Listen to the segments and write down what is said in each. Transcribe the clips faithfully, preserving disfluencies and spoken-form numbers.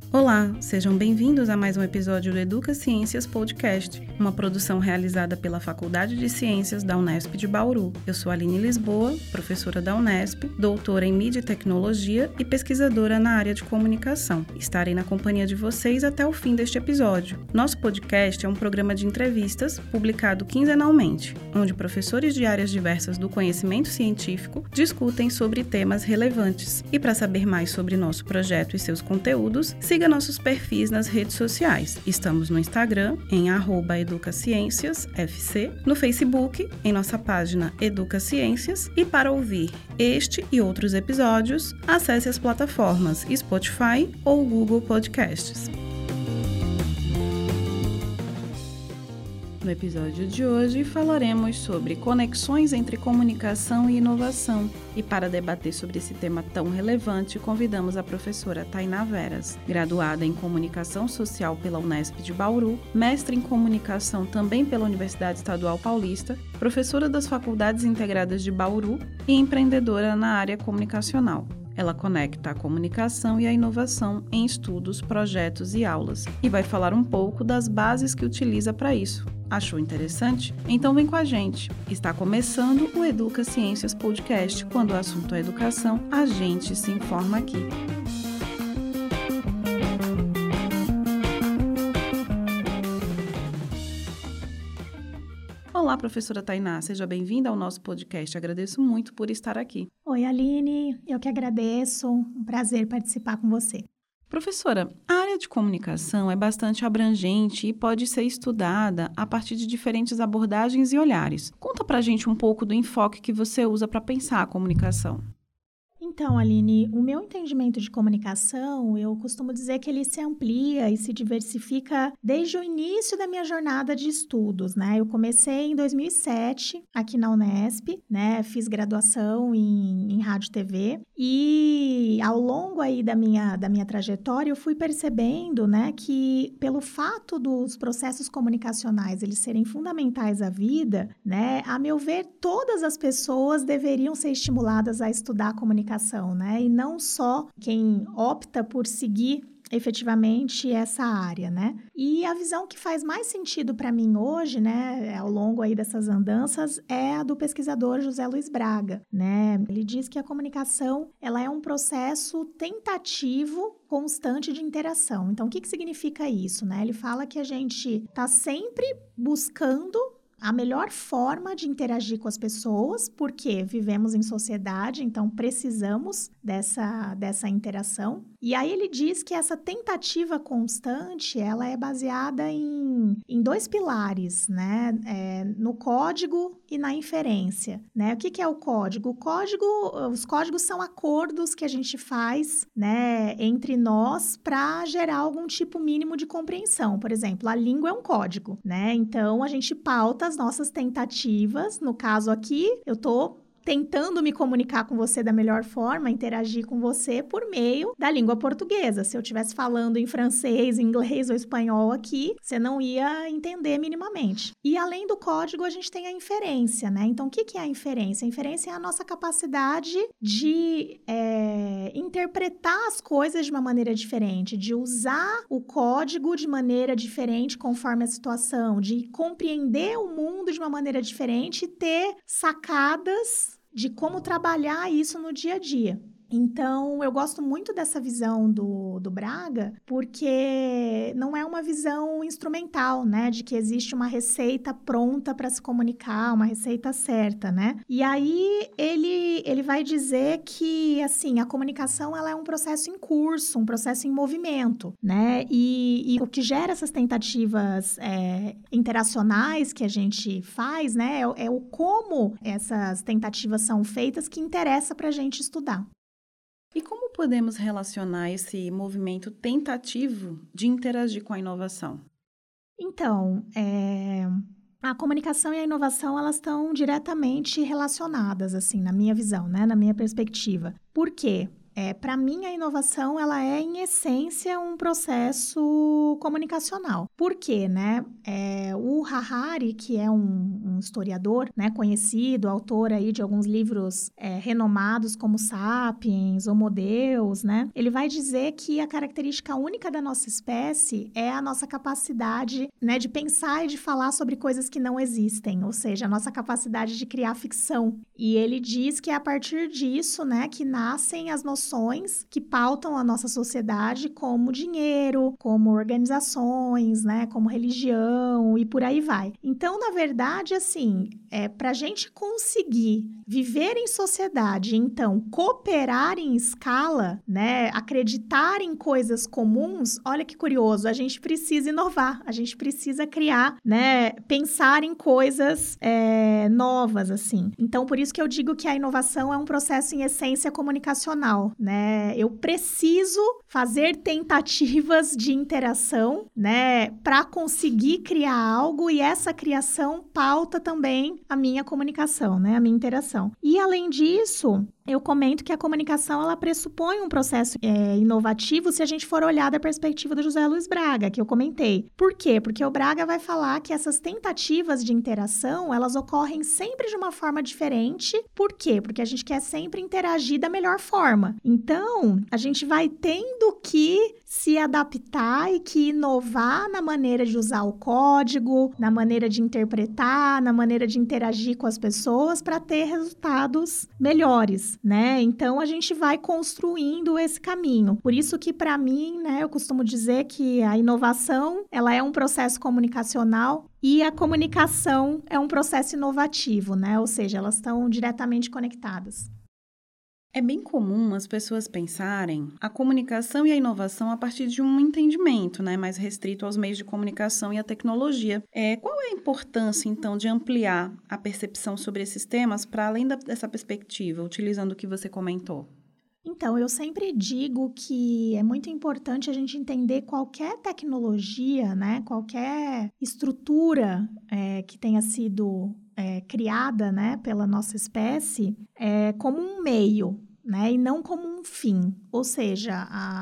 Olá, sejam bem-vindos a mais um episódio do Educa Ciências Podcast, uma produção realizada pela Faculdade de Ciências da Unesp de Bauru. Eu sou Aline Lisboa, professora da Unesp, doutora em Mídia e Tecnologia e pesquisadora na área de comunicação. Estarei na companhia de vocês até o fim deste episódio. Nosso podcast é um programa de entrevistas publicado quinzenalmente, onde professores de áreas diversas do conhecimento científico discutem sobre temas relevantes. E para saber mais sobre nosso projeto e seus conteúdos, siga nossos perfis nas redes sociais. Estamos no Instagram, em arroba educaciênciasfc, no Facebook, em nossa página Educa Ciências, e para ouvir este e outros episódios, acesse as plataformas Spotify ou Google Podcasts. No episódio de hoje, falaremos sobre conexões entre comunicação e inovação. E para debater sobre esse tema tão relevante, convidamos a professora Tainá Veras, graduada em Comunicação Social pela Unesp de Bauru, mestre em Comunicação também pela Universidade Estadual Paulista, professora das Faculdades Integradas de Bauru e empreendedora na área comunicacional. Ela conecta a comunicação e a inovação em estudos, projetos e aulas e vai falar um pouco das bases que utiliza para isso. Achou interessante? Então vem com a gente. Está começando o Educa Ciências Podcast. Quando o assunto é educação, a gente se informa aqui. Olá, professora Tainá, seja bem-vinda ao nosso podcast. Agradeço muito por estar aqui. Oi, Aline, eu que agradeço. Um prazer participar com você. Professora, a área de comunicação é bastante abrangente e pode ser estudada a partir de diferentes abordagens e olhares. Conta pra gente um pouco do enfoque que você usa para pensar a comunicação. Então, Aline, o meu entendimento de comunicação, eu costumo dizer que ele se amplia e se diversifica desde o início da minha jornada de estudos, né? Eu comecei em dois mil e sete, aqui na Unesp, né? Fiz graduação em, em rádio e T V e ao longo aí da minha, da minha trajetória, eu fui percebendo, né, que pelo fato dos processos comunicacionais eles serem fundamentais à vida, né? A meu ver, todas as pessoas deveriam ser estimuladas a estudar a comunicação, né? E não só quem opta por seguir efetivamente essa área, né? E a visão que faz mais sentido para mim hoje, né, ao longo aí dessas andanças, é a do pesquisador José Luiz Braga, né? Ele diz que a comunicação, ela é um processo tentativo constante de interação. Então, o que que significa isso, né? Ele fala que a gente está sempre buscando a melhor forma de interagir com as pessoas, porque vivemos em sociedade, então precisamos dessa, dessa interação. E aí ele diz que essa tentativa constante, ela é baseada em, em dois pilares, né? É, no código e na inferência, né? O que que é o código? O código, os códigos são acordos que a gente faz, né, entre nós para gerar algum tipo mínimo de compreensão. Por exemplo, a língua é um código, né? Então, a gente pauta as nossas tentativas. No caso aqui, eu tô tentando me comunicar com você da melhor forma, interagir com você por meio da língua portuguesa. Se eu estivesse falando em francês, inglês ou espanhol aqui, você não ia entender minimamente. E além do código, a gente tem a inferência, né? Então, o que é a inferência? A inferência é a nossa capacidade de é, interpretar as coisas de uma maneira diferente, de usar o código de maneira diferente conforme a situação, de compreender o mundo de uma maneira diferente e ter sacadas de como trabalhar isso no dia a dia. Então, eu gosto muito dessa visão do, do Braga, porque não é uma visão instrumental, né? De que existe uma receita pronta para se comunicar, uma receita certa, né? E aí, ele, ele vai dizer que, assim, a comunicação, ela é um processo em curso, um processo em movimento, né? E, e o que gera essas tentativas é, interacionais que a gente faz, né? É, é o como essas tentativas são feitas que interessa para a gente estudar. E como podemos relacionar esse movimento tentativo de interagir com a inovação? Então, é, a comunicação e a inovação, elas estão diretamente relacionadas, assim, na minha visão, né? Na minha perspectiva. Por quê? é, para mim a inovação ela é em essência um processo comunicacional. Por quê, né? É, o Harari, que é um, um historiador, né, conhecido, autor aí de alguns livros é, renomados como Sapiens, Homo Deus, né? Ele vai dizer que a característica única da nossa espécie é a nossa capacidade, né, de pensar e de falar sobre coisas que não existem, ou seja, a nossa capacidade de criar ficção. E ele diz que é a partir disso, né, que nascem as noções que pautam a nossa sociedade como dinheiro, como organizações, né, como religião e por aí vai. Então, na verdade, assim, é, para a gente conseguir viver em sociedade, então, cooperar em escala, né, acreditar em coisas comuns, olha que curioso, a gente precisa inovar, a gente precisa criar, né, pensar em coisas é, novas, assim. Então, por isso que eu digo que a inovação é um processo em essência comunicacional, né? Eu preciso fazer tentativas de interação, né, para conseguir criar algo e essa criação pauta também a minha comunicação, né, a minha interação. E além disso, eu comento que a comunicação, ela pressupõe um processo é, inovativo se a gente for olhar da perspectiva do José Luiz Braga, que eu comentei. Por quê? Porque o Braga vai falar que essas tentativas de interação, elas ocorrem sempre de uma forma diferente. Por quê? Porque a gente quer sempre interagir da melhor forma. Então, a gente vai tendo que se adaptar e que inovar na maneira de usar o código, na maneira de interpretar, na maneira de interagir com as pessoas para ter resultados melhores, né? Então, a gente vai construindo esse caminho. Por isso que, para mim, né, eu costumo dizer que a inovação, ela é um processo comunicacional e a comunicação é um processo inovativo, né? Ou seja, elas estão diretamente conectadas. É bem comum as pessoas pensarem a comunicação e a inovação a partir de um entendimento, né, mais restrito aos meios de comunicação e à tecnologia. É, qual é a importância, então, de ampliar a percepção sobre esses temas para além da, dessa perspectiva, utilizando o que você comentou? Então, eu sempre digo que é muito importante a gente entender qualquer tecnologia, né, qualquer estrutura é, que tenha sido é, criada, né, pela nossa espécie, é, como um meio, né, e não como um fim. Ou seja,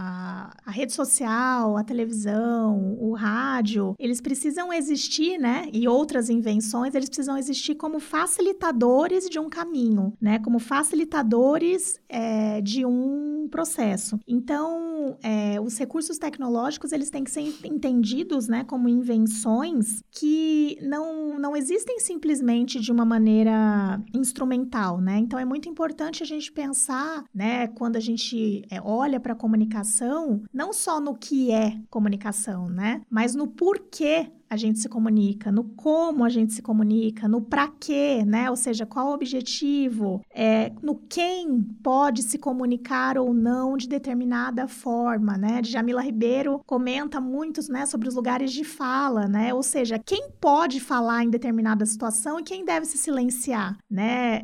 a, a rede social, a televisão, o rádio, eles precisam existir, né, e outras invenções, eles precisam existir como facilitadores de um caminho, né, como facilitadores é, de um processo. Então, é, os recursos tecnológicos, eles têm que ser entendidos, né, como invenções que não, não existem simplesmente de uma maneira instrumental, né? Então, é muito importante a gente pensar, né, quando a gente é, olha para a comunicação, não só no que é comunicação, né? Mas no porquê a gente se comunica, no como a gente se comunica, no para quê, né? Ou seja, qual o objetivo, é, no quem pode se comunicar ou não de determinada forma, né? Djamila Ribeiro comenta muito, né, sobre os lugares de fala, né? Ou seja, quem pode falar em determinada situação e quem deve se silenciar, né?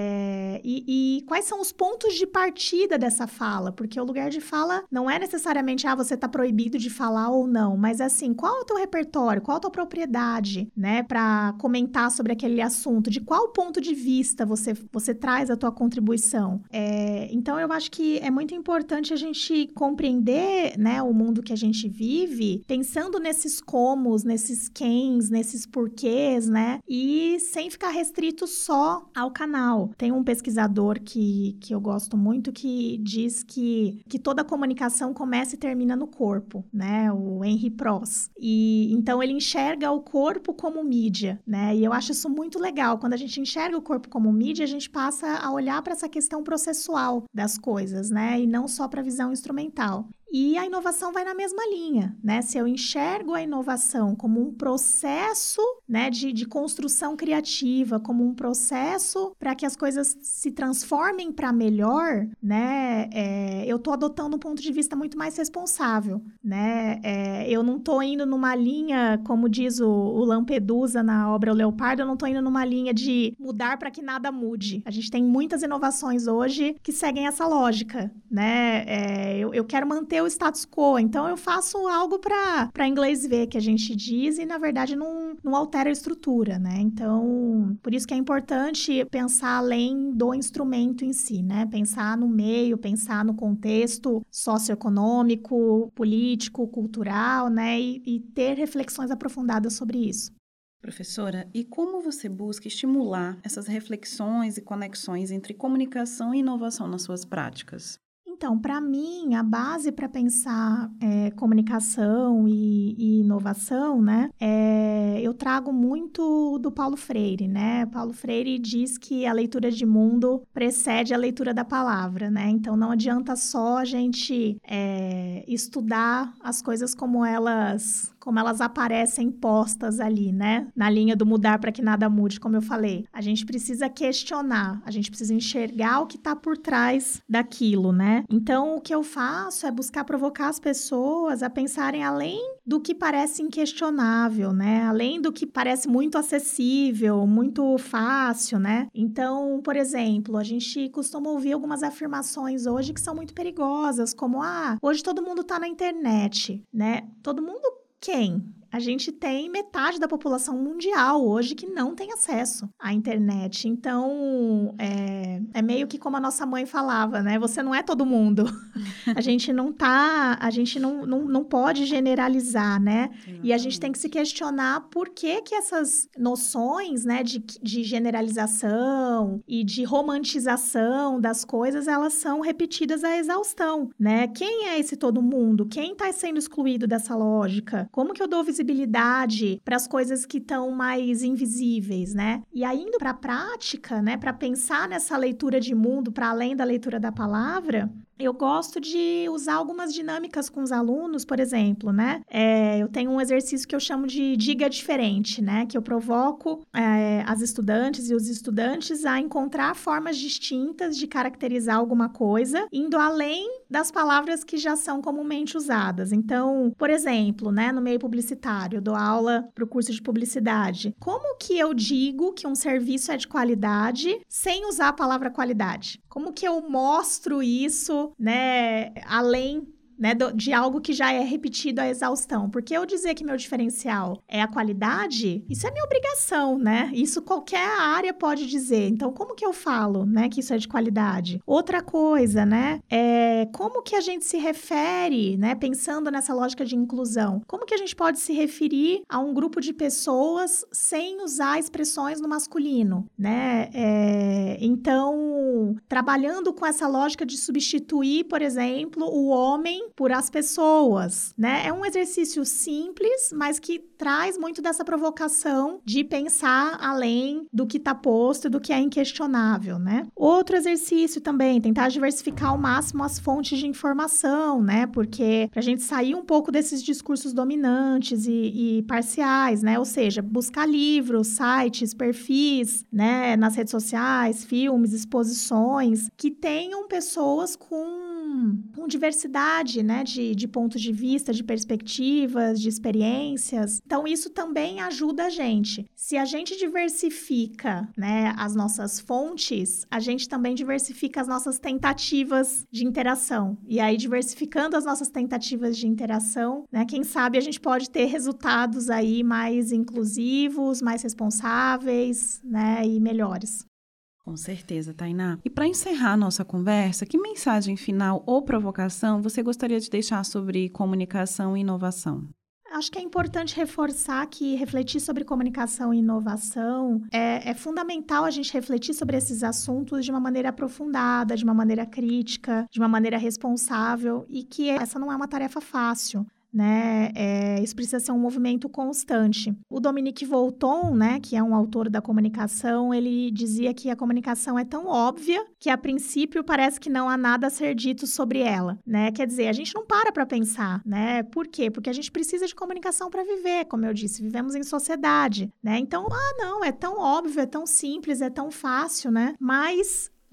É, e, e quais são os pontos de partida dessa fala? Porque o lugar de fala não é necessariamente, ah, você está proibido de falar ou não, mas assim, qual é o teu repertório? Qual a tua propriedade, né, para comentar sobre aquele assunto? De qual ponto de vista você, você traz a tua contribuição? É, então, eu acho que é muito importante a gente compreender, né, o mundo que a gente vive, pensando nesses comos, nesses quens, nesses porquês, né, e sem ficar restrito só ao canal. Tem um pesquisador que, que eu gosto muito que diz que, que toda comunicação começa e termina no corpo, né, o Henry Pross. E então ele enxerga o corpo como mídia, né? E eu acho isso muito legal. Quando a gente enxerga o corpo como mídia, a gente passa a olhar para essa questão processual das coisas, né? E não só para a visão instrumental. E a inovação vai na mesma linha, né? Se eu enxergo a inovação como um processo, né, de, de construção criativa, como um processo para que as coisas se transformem para melhor, né? É, eu estou adotando um ponto de vista muito mais responsável, né? É, eu não estou indo numa linha, como diz o, o Lampedusa na obra O Leopardo, eu não estou indo numa linha de mudar para que nada mude. A gente tem muitas inovações hoje que seguem essa lógica, né? É, eu, eu quero manter o status quo. Então, eu faço algo para inglês ver, que a gente diz, e, na verdade, não, não altera a estrutura, né? Então, por isso que é importante pensar além do instrumento em si, né? Pensar no meio, pensar no contexto socioeconômico, político, cultural, né? E, e ter reflexões aprofundadas sobre isso. Professora, e como você busca estimular essas reflexões e conexões entre comunicação e inovação nas suas práticas? Então, para mim, a base para pensar é, comunicação e, e inovação, né, é, eu trago muito do Paulo Freire, né? Paulo Freire diz que a leitura de mundo precede a leitura da palavra, né? Então, não adianta só a gente é, estudar as coisas como elas... como elas aparecem postas ali, né? Na linha do mudar para que nada mude, como eu falei. A gente precisa questionar, a gente precisa enxergar o que está por trás daquilo, né? Então, o que eu faço é buscar provocar as pessoas a pensarem além do que parece inquestionável, né? Além do que parece muito acessível, muito fácil, né? Então, por exemplo, a gente costuma ouvir algumas afirmações hoje que são muito perigosas, como, ah, hoje todo mundo está na internet, né? Todo mundo quem? A gente tem metade da população mundial hoje que não tem acesso à internet. Então, é, é meio que como a nossa mãe falava, né? Você não é todo mundo. A gente não tá... A gente não, não, não pode generalizar, né? Exatamente. E a gente tem que se questionar por que que essas noções, né, de, de generalização e de romantização das coisas, elas são repetidas à exaustão, né? Quem é esse todo mundo? Quem está sendo excluído dessa lógica? Como que eu dou visibilidade para as coisas que estão mais invisíveis, né? E aí, indo para a prática, né, para pensar nessa leitura de mundo, para além da leitura da palavra, eu gosto de usar algumas dinâmicas com os alunos, por exemplo, né? É, eu tenho um exercício que eu chamo de diga diferente, né? Que eu provoco é, as estudantes e os estudantes a encontrar formas distintas de caracterizar alguma coisa, indo além das palavras que já são comumente usadas. Então, por exemplo, né, no meio publicitário, eu dou aula para o curso de publicidade. Como que eu digo que um serviço é de qualidade sem usar a palavra qualidade? Como que eu mostro isso, né, além, né, de algo que já é repetido à exaustão? Porque eu dizer que meu diferencial é a qualidade, isso é minha obrigação, né? Isso qualquer área pode dizer. Então, como que eu falo, né, que isso é de qualidade? Outra coisa, né, é como que a gente se refere, né, pensando nessa lógica de inclusão, como que a gente pode se referir a um grupo de pessoas sem usar expressões no masculino, né? É, então, trabalhando com essa lógica de substituir, por exemplo, o homem por as pessoas, né? É um exercício simples, mas que traz muito dessa provocação de pensar além do que está posto e do que é inquestionável, né? Outro exercício também, tentar diversificar ao máximo as fontes de informação, né? Porque pra gente sair um pouco desses discursos dominantes e, e parciais, né? Ou seja, buscar livros, sites, perfis, né? Nas redes sociais, filmes, exposições, que tenham pessoas com com diversidade, né, de, de pontos de vista, de perspectivas, de experiências. Então, isso também ajuda a gente. Se a gente diversifica, né, as nossas fontes, a gente também diversifica as nossas tentativas de interação. E aí, diversificando as nossas tentativas de interação, né, quem sabe a gente pode ter resultados aí mais inclusivos, mais responsáveis, né, e melhores. Com certeza, Tainá. E para encerrar a nossa conversa, que mensagem final ou provocação você gostaria de deixar sobre comunicação e inovação? Acho que é importante reforçar que refletir sobre comunicação e inovação é, é fundamental a gente refletir sobre esses assuntos de uma maneira aprofundada, de uma maneira crítica, de uma maneira responsável, e que essa não é uma tarefa fácil, né? É, isso precisa ser um movimento constante. O Dominique Volton, né, que é um autor da comunicação, ele dizia que a comunicação é tão óbvia que, a princípio, parece que não há nada a ser dito sobre ela, né? Quer dizer, a gente não para para pensar, né? Por quê? Porque a gente precisa de comunicação para viver, como eu disse, vivemos em sociedade, né? Então, ah, não, é tão óbvio, é tão simples, é tão fácil, né? Mas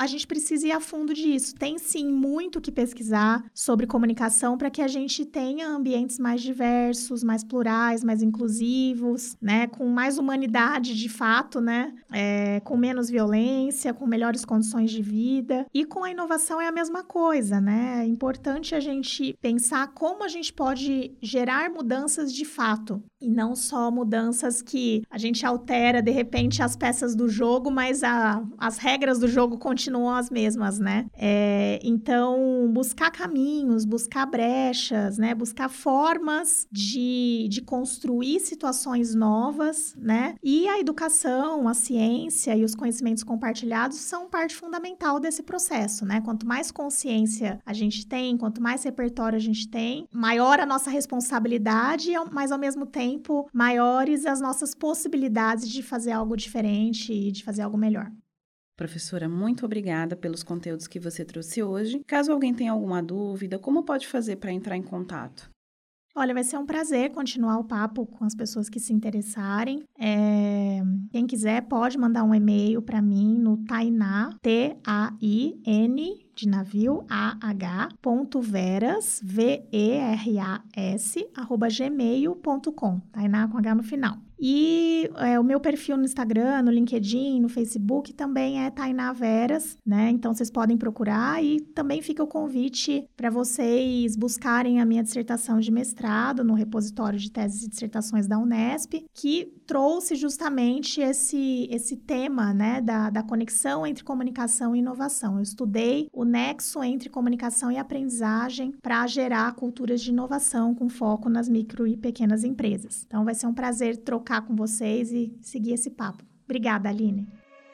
a gente precisa ir a fundo disso. Tem, sim, muito o que pesquisar sobre comunicação para que a gente tenha ambientes mais diversos, mais plurais, mais inclusivos, né? Com mais humanidade, de fato, né? É, com menos violência, com melhores condições de vida. E com a inovação é a mesma coisa, né? É importante a gente pensar como a gente pode gerar mudanças de fato e não só mudanças que a gente altera, de repente, as peças do jogo, mas a, as regras do jogo continuam as mesmas, né? É, então, buscar caminhos, buscar brechas, né? Buscar formas de, de construir situações novas, né? E a educação, a ciência e os conhecimentos compartilhados são parte fundamental desse processo, né? Quanto mais consciência a gente tem, quanto mais repertório a gente tem, maior a nossa responsabilidade, mas ao mesmo tempo maiores as nossas possibilidades de fazer algo diferente e de fazer algo melhor. Professora, muito obrigada pelos conteúdos que você trouxe hoje. Caso alguém tenha alguma dúvida, como pode fazer para entrar em contato? Olha, vai ser um prazer continuar o papo com as pessoas que se interessarem. É... Quem quiser pode mandar um e-mail para mim no Tainá, T A I N, de navio, A H, ponto veras, V E R A S, arroba gmail ponto com. Tainá com H no final. E é, o meu perfil no Instagram, no LinkedIn, no Facebook também é Tainá Veras, né? Então, vocês podem procurar e também fica o convite para vocês buscarem a minha dissertação de mestrado no repositório de teses e dissertações da Unesp, que trouxe justamente esse, esse tema, né, da, da conexão entre comunicação e inovação. Eu estudei o nexo entre comunicação e aprendizagem para gerar culturas de inovação com foco nas micro e pequenas empresas. Então, vai ser um prazer trocar com vocês e seguir esse papo. Obrigada, Aline.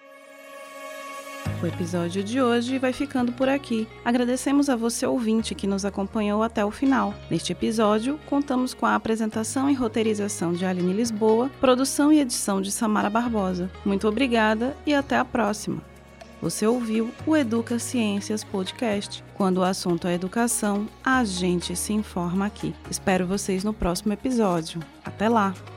O episódio de hoje vai ficando por aqui. Agradecemos a você, ouvinte, que nos acompanhou até o final. Neste episódio, contamos com a apresentação e roteirização de Aline Lisboa, produção e edição de Samara Barbosa. Muito obrigada e até a próxima. Você ouviu o Educa Ciências Podcast. Quando o assunto é educação, a gente se informa aqui. Espero vocês no próximo episódio. Até lá!